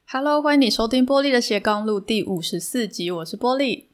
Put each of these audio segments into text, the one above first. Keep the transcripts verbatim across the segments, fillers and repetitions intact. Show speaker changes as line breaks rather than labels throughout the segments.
Hello， 欢迎你收听波莉的斜杠路第五十四集，我是波莉。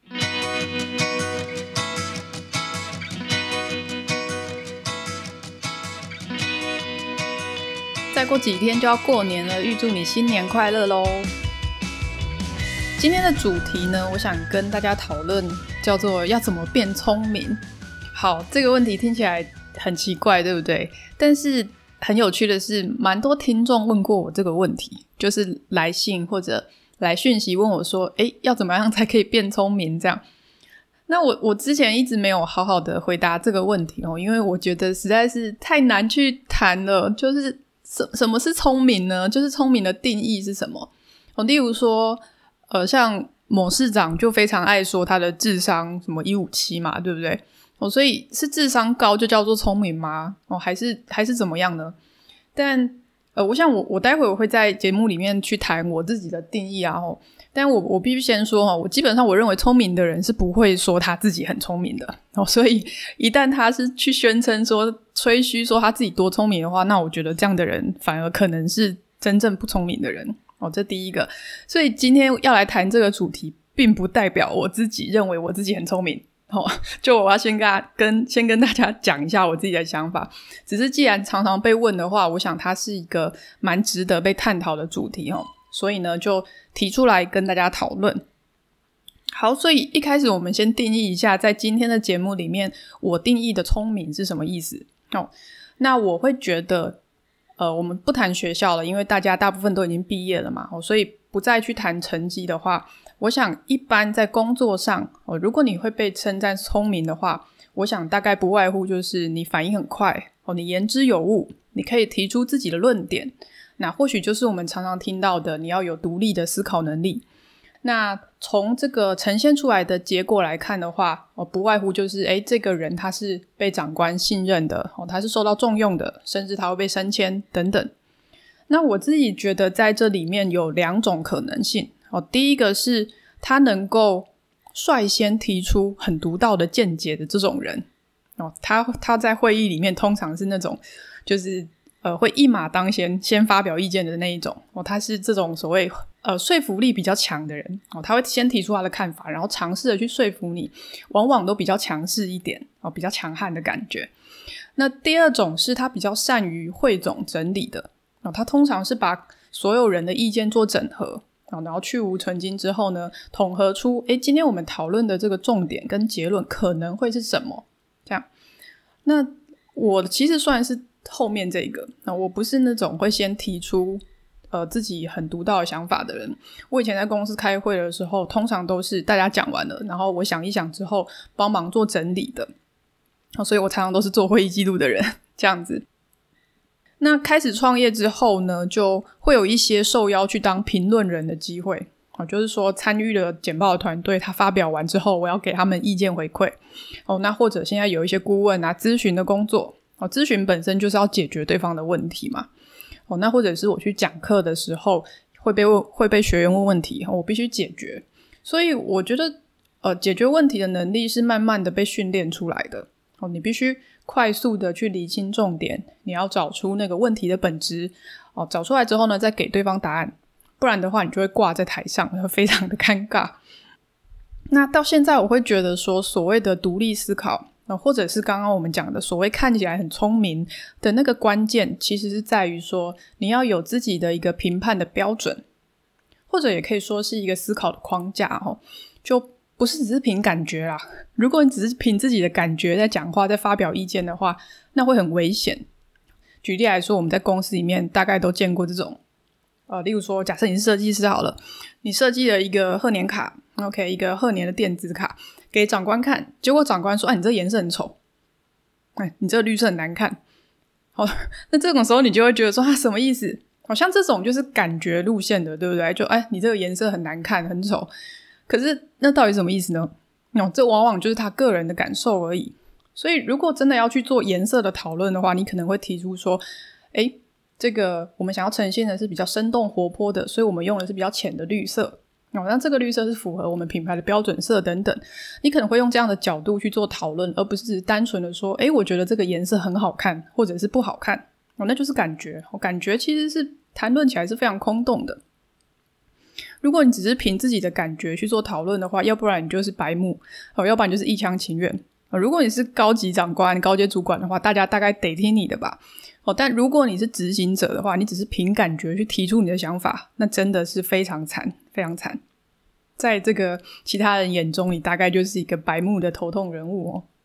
再过几天就要过年了，预祝你新年快乐咯。今天的主题呢，我想跟大家讨论叫做要怎么变聪明。好，这个问题听起来很奇怪，对不对？但是很有趣的是，蛮多听众问过我这个问题，就是来信或者来讯息问我说，诶，要怎么样才可以变聪明这样。那我我之前一直没有好好的回答这个问题哦，因为我觉得实在是太难去谈了，就是什什么是聪明呢？就是聪明的定义是什么？哦，例如说呃，像某市长就非常爱说他的智商什么一五七嘛，对不对？哦，所以是智商高就叫做聪明吗？哦，还是还是怎么样呢？但呃，我想我我待会我会在节目里面去谈我自己的定义啊。哦，但我我必须先说哈，我基本上我认为聪明的人是不会说他自己很聪明的哦，所以一旦他是去宣称说吹嘘说他自己多聪明的话，那我觉得这样的人反而可能是真正不聪明的人哦，这第一个。所以今天要来谈这个主题，并不代表我自己认为我自己很聪明。哦，就我要先跟跟先跟大家讲一下我自己的想法，只是既然常常被问的话，我想它是一个蛮值得被探讨的主题哦，所以呢就提出来跟大家讨论。好，所以一开始我们先定义一下，在今天的节目里面我定义的聪明是什么意思哦。那我会觉得呃，我们不谈学校了，因为大家大部分都已经毕业了嘛，哦，所以不再去谈成绩的话，我想一般在工作上哦，如果你会被称赞聪明的话，我想大概不外乎就是你反应很快哦，你言之有物，你可以提出自己的论点，那或许就是我们常常听到的你要有独立的思考能力。那从这个呈现出来的结果来看的话哦，不外乎就是诶，这个人他是被长官信任的哦，他是受到重用的，甚至他会被升迁等等。那我自己觉得在这里面有两种可能性哦，第一个是他能够率先提出很独到的见解的这种人哦，他他在会议里面通常是那种就是呃会一马当先先发表意见的那一种哦，他是这种所谓呃说服力比较强的人哦，他会先提出他的看法，然后尝试的去说服你，往往都比较强势一点哦，比较强悍的感觉。那第二种是他比较善于汇总整理的哦，他通常是把所有人的意见做整合然后去无存菁之后呢，统合出诶今天我们讨论的这个重点跟结论可能会是什么这样。那我其实算是后面这个，那我不是那种会先提出呃自己很独到的想法的人。我以前在公司开会的时候，通常都是大家讲完了，然后我想一想之后帮忙做整理的，所以我常常都是做会议记录的人这样子。那开始创业之后呢，就会有一些受邀去当评论人的机会哦，就是说参与了简报的团队，他发表完之后，我要给他们意见回馈哦。那或者现在有一些顾问啊，咨询的工作哦，咨询本身就是要解决对方的问题嘛哦。那或者是我去讲课的时候，会被问会被学员问问题，我必须解决。所以我觉得呃，解决问题的能力是慢慢的被训练出来的哦，你必须快速的去厘清重点，你要找出那个问题的本质哦，找出来之后呢，再给对方答案，不然的话你就会挂在台上，会非常的尴尬。那到现在我会觉得说，所谓的独立思考、呃、或者是刚刚我们讲的所谓看起来很聪明的那个关键，其实是在于说你要有自己的一个评判的标准，或者也可以说是一个思考的框架哦，就不是只是凭感觉啦。如果你只是凭自己的感觉在讲话在发表意见的话，那会很危险。举例来说，我们在公司里面大概都见过这种呃，例如说假设你是设计师好了，你设计了一个贺年卡 OK 一个贺年的电子卡给长官看，结果长官说哎，你这颜色很丑，哎，你这绿色很难看。好，那这种时候你就会觉得说啊，什么意思？好像这种就是感觉路线的，对不对？就哎，你这个颜色很难看很丑，可是那到底什么意思呢？哦，这往往就是他个人的感受而已。所以如果真的要去做颜色的讨论的话，你可能会提出说诶，这个我们想要呈现的是比较生动活泼的，所以我们用的是比较浅的绿色哦，那这个绿色是符合我们品牌的标准色等等。你可能会用这样的角度去做讨论，而不是只是单纯的说诶，我觉得这个颜色很好看或者是不好看哦，那就是感觉哦，感觉其实是谈论起来是非常空洞的。 如果你只是凭自己的感觉去做讨论的话，要不然你就是白目、哦、要不然就是一厢情愿、哦、如果你是高级长官高阶主管的话，大家大概得听你的吧、哦、但如果你是执行者的话，你只是凭感觉去提出你的想法，那真的是非常惨非常惨，在这个其他人眼中你大概就是一个白目的头痛人物哦。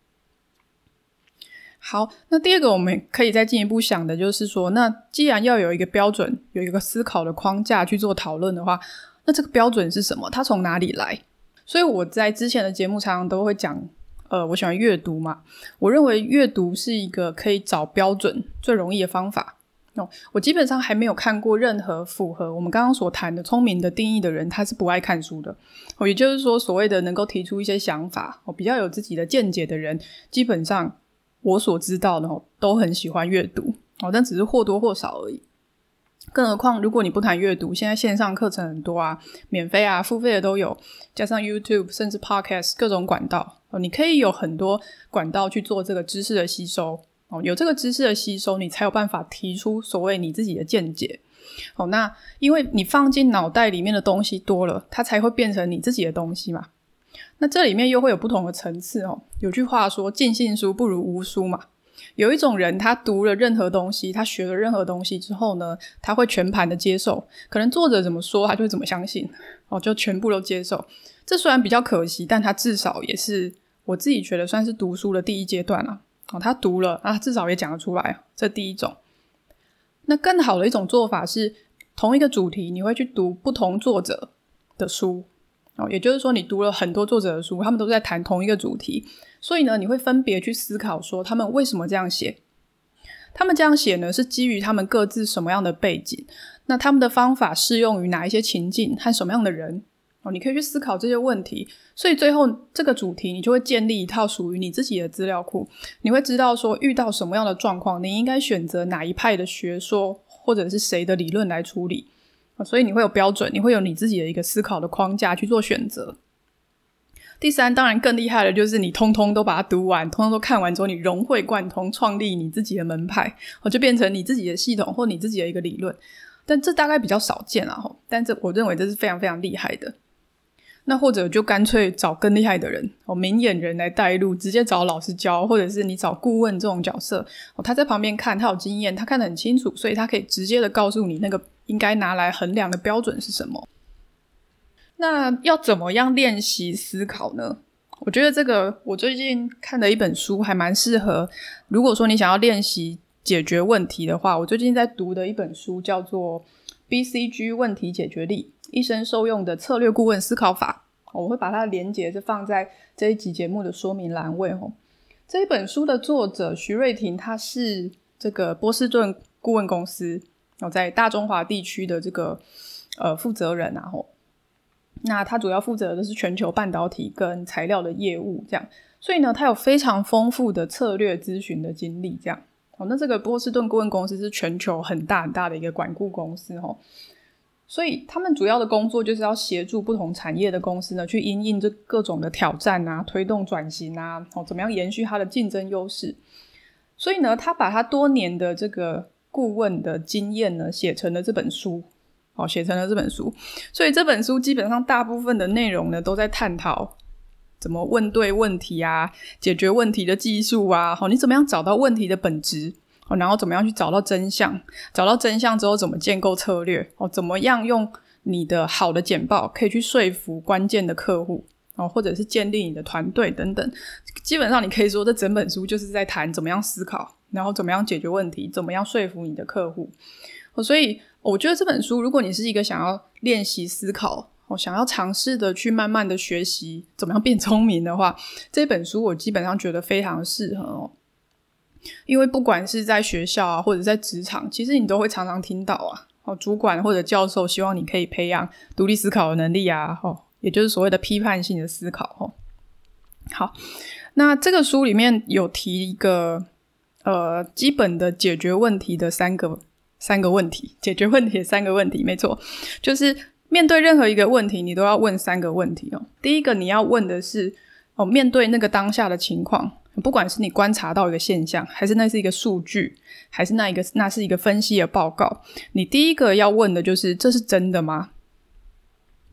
好，那第二个我们可以再进一步想的就是说，那既然要有一个标准，有一个思考的框架去做讨论的话，那这个标准是什么？它从哪里来？所以我在之前的节目常常都会讲呃，我喜欢阅读嘛，我认为阅读是一个可以找标准最容易的方法、哦、我基本上还没有看过任何符合我们刚刚所谈的聪明的定义的人，他是不爱看书的、哦、也就是说所谓的能够提出一些想法、哦、比较有自己的见解的人，基本上我所知道的、哦、都很喜欢阅读、哦、但只是或多或少而已。更何况如果你不谈阅读，现在线上课程很多啊，免费啊付费的都有，加上 YouTube 甚至 Podcast 各种管道、哦、你可以有很多管道去做这个知识的吸收、哦、有这个知识的吸收，你才有办法提出所谓你自己的见解、哦、那因为你放进脑袋里面的东西多了，它才会变成你自己的东西嘛。那这里面又会有不同的层次哦。有句话说尽信书不如无书嘛。有一种人他读了任何东西，他学了任何东西之后呢，他会全盘的接受，可能作者怎么说他就会怎么相信哦，就全部都接受。这虽然比较可惜，但他至少也是我自己觉得算是读书的第一阶段啦、哦、他读了啊，至少也讲得出来，这第一种。那更好的一种做法是同一个主题你会去读不同作者的书哦，也就是说你读了很多作者的书，他们都在谈同一个主题，所以呢你会分别去思考说他们为什么这样写，他们这样写呢是基于他们各自什么样的背景，那他们的方法适用于哪一些情境和什么样的人哦，你可以去思考这些问题，所以最后这个主题你就会建立一套属于你自己的资料库，你会知道说遇到什么样的状况你应该选择哪一派的学说或者是谁的理论来处理，所以你会有标准，你会有你自己的一个思考的框架去做选择。第三，当然更厉害的就是你通通都把它读完，通通都看完之后，你融会贯通，创立你自己的门派，就变成你自己的系统或你自己的一个理论。但这大概比较少见啦，但这我认为这是非常非常厉害的。那或者就干脆找更厉害的人，明眼人来带路，直接找老师教，或者是你找顾问这种角色，他在旁边看，他有经验，他看得很清楚，所以他可以直接的告诉你那个应该拿来衡量的标准是什么。那要怎么样练习思考呢？我觉得这个我最近看的一本书还蛮适合，如果说你想要练习解决问题的话，我最近在读的一本书叫做 B C G 问题解决力，一生受用的策略顾问思考法，我会把它的连结是放在这一集节目的说明栏位。这一本书的作者徐瑞婷，他是这个波士顿顾问公司在大中华地区的这个呃负责人啊，那他主要负责的是全球半导体跟材料的业务这样，所以呢他有非常丰富的策略咨询的经历这样。哦，那这个波士顿顾问公司是全球很大很大的一个管顾公司哦，所以他们主要的工作就是要协助不同产业的公司呢去因应这各种的挑战啊，推动转型啊，哦，怎么样延续它的竞争优势。所以呢他把他多年的这个顾问的经验呢写成了这本书哦，写成了这本书。所以这本书基本上大部分的内容呢都在探讨怎么问对问题啊，解决问题的技术啊，你怎么样找到问题的本质，然后怎么样去找到真相，找到真相之后怎么建构策略，怎么样用你的好的简报可以去说服关键的客户，或者是建立你的团队等等。基本上你可以说这整本书就是在谈怎么样思考，然后怎么样解决问题，怎么样说服你的客户。所以我觉得这本书如果你是一个想要练习思考，我想要尝试的去慢慢的学习怎么样变聪明的话，这本书我基本上觉得非常适合哦。因为不管是在学校啊或者在职场，其实你都会常常听到啊，哦，主管或者教授希望你可以培养独立思考的能力啊，哦，也就是所谓的批判性的思考哦。好，那这个书里面有提一个呃基本的解决问题的三个三个问题，解决问题的三个问题，没错，就是面对任何一个问题你都要问三个问题哦。第一个你要问的是哦，面对那个当下的情况，不管是你观察到一个现象，还是那是一个数据，还是那一个那是一个分析的报告，你第一个要问的就是这是真的吗？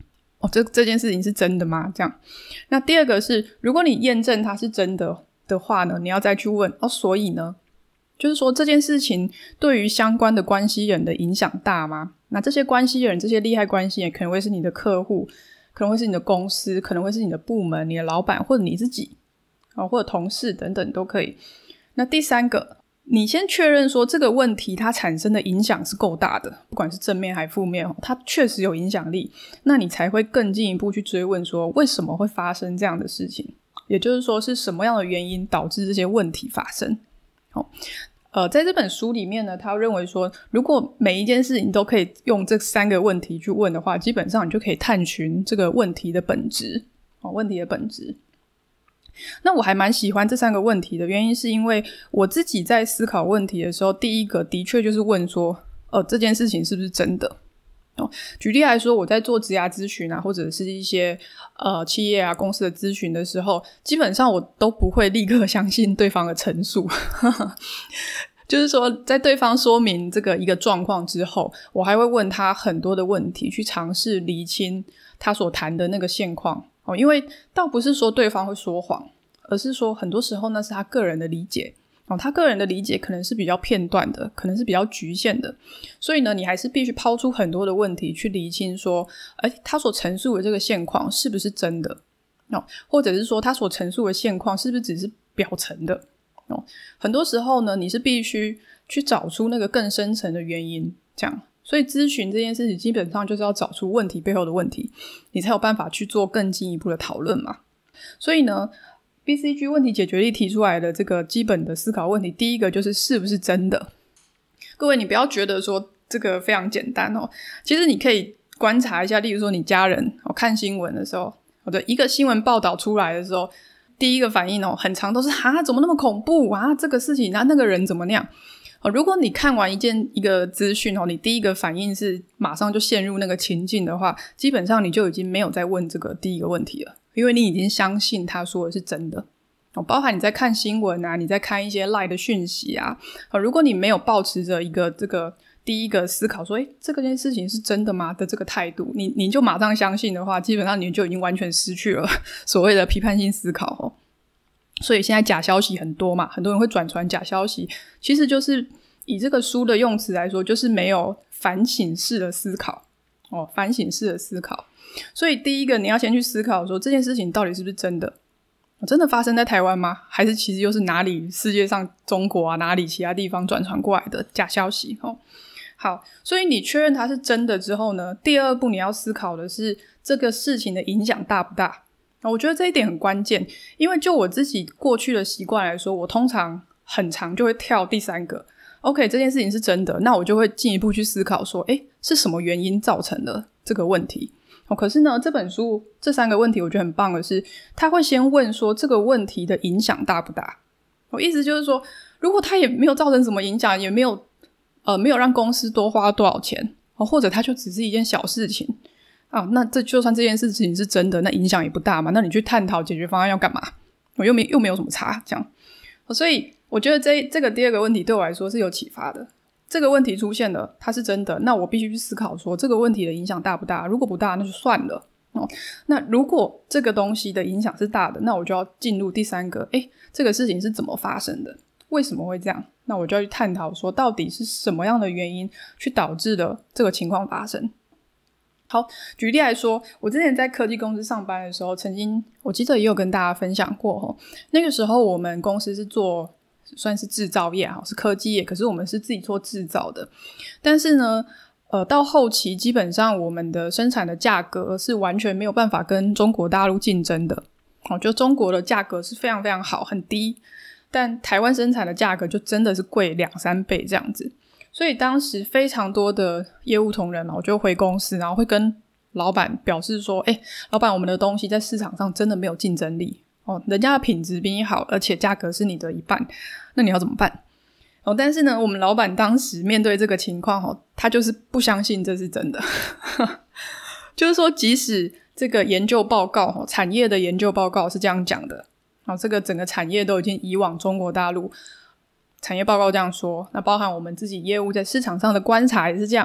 哦，这这件事情是真的吗？这样。那第二个是，如果你验证它是真的的话呢，你要再去问哦，所以呢，就是说这件事情对于相关的关系人的影响大吗？那这些关系人，这些利害关系人可能会是你的客户，可能会是你的公司，可能会是你的部门，你的老板，或者你自己，哦，或者同事等等都可以。那第三个，你先确认说这个问题它产生的影响是够大的，不管是正面还负面，它确实有影响力，那你才会更进一步去追问说为什么会发生这样的事情，也就是说是什么样的原因导致这些问题发生。好，呃，在这本书里面呢，他认为说如果每一件事情都可以用这三个问题去问的话，基本上你就可以探寻这个问题的本质，哦，问题的本质。那我还蛮喜欢这三个问题的原因是因为我自己在思考问题的时候，第一个的确就是问说呃，这件事情是不是真的。哦，举例来说，我在做职涯咨询啊，或者是一些呃企业啊公司的咨询的时候，基本上我都不会立刻相信对方的陈述就是说在对方说明这个一个状况之后，我还会问他很多的问题，去尝试厘清他所谈的那个现况。哦，因为倒不是说对方会说谎，而是说很多时候那是他个人的理解。哦，他个人的理解可能是比较片段的，可能是比较局限的，所以呢，你还是必须抛出很多的问题去厘清说，哎，他所陈述的这个现况是不是真的？哦，或者是说他所陈述的现况是不是只是表层的？哦，很多时候呢，你是必须去找出那个更深层的原因，这样。所以咨询这件事情基本上就是要找出问题背后的问题，你才有办法去做更进一步的讨论嘛。所以呢B C G 问题解决力提出来的这个基本的思考问题，第一个就是是不是真的。各位你不要觉得说这个非常简单哦，其实你可以观察一下，例如说你家人、哦、看新闻的时候，或者一个新闻报道出来的时候，第一个反应哦，很常都是啊怎么那么恐怖啊，这个事情啊那个人怎么那样。哦，如果你看完一件一个资讯哦，你第一个反应是马上就陷入那个情境的话，基本上你就已经没有在问这个第一个问题了，因为你已经相信他说的是真的。哦，包含你在看新闻啊，你在看一些 LINE 的讯息啊，哦，如果你没有抱持着一个这个第一个思考说诶这个件事情是真的吗的这个态度，你你就马上相信的话，基本上你就已经完全失去了所谓的批判性思考哦。所以现在假消息很多嘛，很多人会转传假消息，其实就是以这个书的用词来说，就是没有反省式的思考哦，反省式的思考。所以第一个你要先去思考说这件事情到底是不是真的，真的发生在台湾吗？还是其实又是哪里世界上中国啊哪里其他地方转传过来的假消息哦。好，所以你确认它是真的之后呢，第二步你要思考的是这个事情的影响大不大。我觉得这一点很关键，因为就我自己过去的习惯来说，我通常很常就会跳第三个 OK 这件事情是真的，那我就会进一步去思考说诶是什么原因造成的这个问题。哦，可是呢这本书这三个问题我觉得很棒的是，他会先问说这个问题的影响大不大。我意思就是说如果他也没有造成什么影响，也没有呃没有让公司多花多少钱，哦，或者他就只是一件小事情啊，那这就算这件事情是真的，那影响也不大嘛，那你去探讨解决方案要干嘛？我又没又没有什么差这样。所以我觉得这这个第二个问题对我来说是有启发的。这个问题出现了，它是真的，那我必须去思考说这个问题的影响大不大，如果不大那就算了哦。那如果这个东西的影响是大的，那我就要进入第三个，诶这个事情是怎么发生的，为什么会这样，那我就要去探讨说到底是什么样的原因去导致了这个情况发生。好，举例来说，我之前在科技公司上班的时候，曾经我记得也有跟大家分享过齁，那个时候我们公司是做算是制造业，是科技业，可是我们是自己做制造的。但是呢呃，到后期基本上我们的生产的价格是完全没有办法跟中国大陆竞争的。哦，就中国的价格是非常非常好，很低，但台湾生产的价格就真的是贵两三倍这样子。所以当时非常多的业务同仁我就回公司，然后会跟老板表示说诶老板，我们的东西在市场上真的没有竞争力哦，人家的品质比你好，而且价格是你的一半，那你要怎么办哦？但是呢我们老板当时面对这个情况哦，他就是不相信这是真的就是说即使这个研究报告产业的研究报告是这样讲的哦，这个整个产业都已经移往中国大陆，产业报告这样说，那包含我们自己业务在市场上的观察也是这样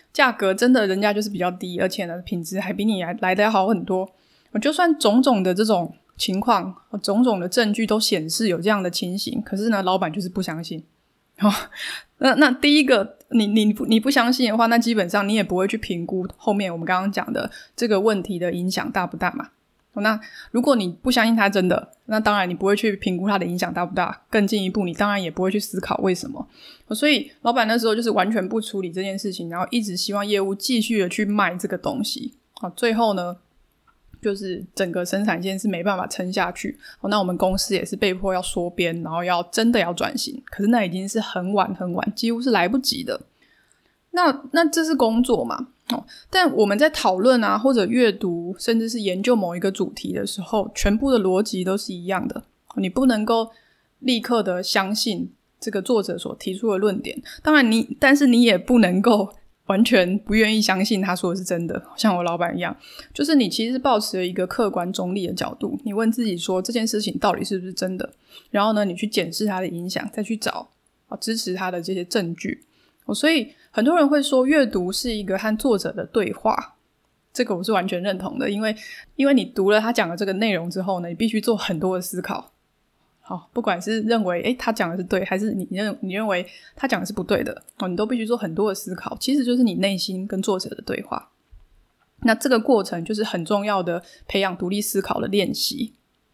价格真的人家就是比较低，而且呢品质还比你来得好很多。就算种种的这种情况，种种的证据都显示有这样的情形，可是呢老板就是不相信。哦、那那第一个你你你不相信的话，那基本上你也不会去评估后面我们刚刚讲的这个问题的影响大不大嘛。那如果你不相信它真的，那当然你不会去评估它的影响大不大，更进一步你当然也不会去思考为什么。所以老板那时候就是完全不处理这件事情，然后一直希望业务继续的去卖这个东西。最后呢就是整个生产线是没办法撑下去，那我们公司也是被迫要缩编，然后要真的要转型，可是那已经是很晚很晚，几乎是来不及的。那那这是工作嘛、哦、但我们在讨论啊或者阅读甚至是研究某一个主题的时候，全部的逻辑都是一样的，你不能够立刻的相信这个作者所提出的论点，当然你但是你也不能够完全不愿意相信他说的是真的，像我老板一样，就是你其实是抱持了一个客观中立的角度，你问自己说这件事情到底是不是真的，然后呢你去检视它的影响，再去找、啊、支持它的这些证据、哦、所以很多人会说阅读是一个和作者的对话，这个我是完全认同的，因为因为你读了他讲的这个内容之后呢，你必须做很多的思考，好，不管是认为诶他讲的是对，还是你认你认为他讲的是不对的、哦、你都必须做很多的思考，其实就是你内心跟作者的对话。那这个过程就是很重要的培养独立思考的练习。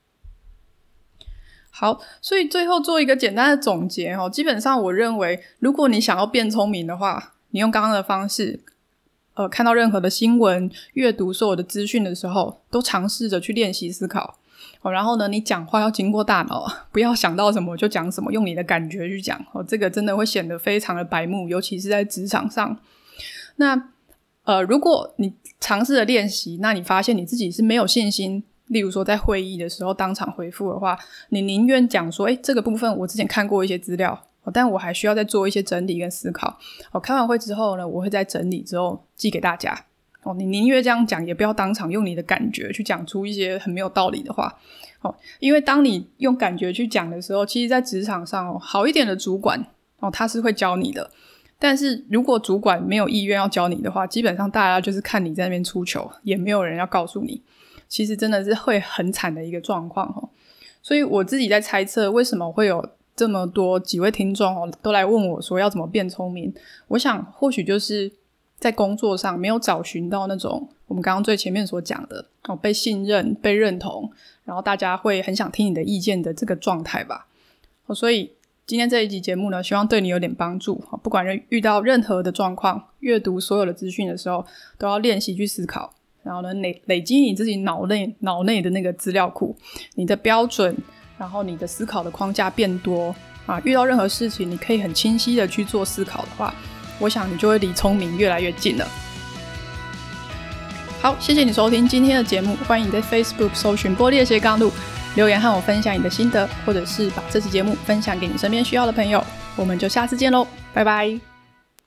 好，所以最后做一个简单的总结、哦、基本上我认为如果你想要变聪明的话，你用刚刚的方式呃，看到任何的新闻，阅读所有的资讯的时候，都尝试着去练习思考、哦、然后呢你讲话要经过大脑，不要想到什么就讲什么，用你的感觉去讲、哦、这个真的会显得非常的白目，尤其是在职场上。那呃，如果你尝试着练习，那你发现你自己是没有信心，例如说在会议的时候当场回复的话，你宁愿讲说诶这个部分我之前看过一些资料，但我还需要再做一些整理跟思考。我开完会之后呢，我会再整理之后寄给大家。哦，你宁愿这样讲，也不要当场用你的感觉去讲出一些很没有道理的话。哦，因为当你用感觉去讲的时候，其实在职场上哦，好一点的主管哦，他是会教你的。但是如果主管没有意愿要教你的话，基本上大家就是看你在那边出糗，也没有人要告诉你。其实真的是会很惨的一个状况哦。所以我自己在猜测为什么会有这么多几位听众哦，都来问我说要怎么变聪明。我想或许就是在工作上没有找寻到那种我们刚刚最前面所讲的、哦、被信任被认同，然后大家会很想听你的意见的这个状态吧、哦、所以今天这一集节目呢，希望对你有点帮助、哦、不管遇到任何的状况，阅读所有的资讯的时候，都要练习去思考，然后呢累累积你自己脑内脑内的那个资料库，你的标准，然后你的思考的框架变多啊，遇到任何事情你可以很清晰的去做思考的话，我想你就会离聪明越来越近了。好，谢谢你收听今天的节目，欢迎你在 Facebook 搜寻玻璃的斜杠路，留言和我分享你的心得，或者是把这期节目分享给你身边需要的朋友。我们就下次见咯，拜拜。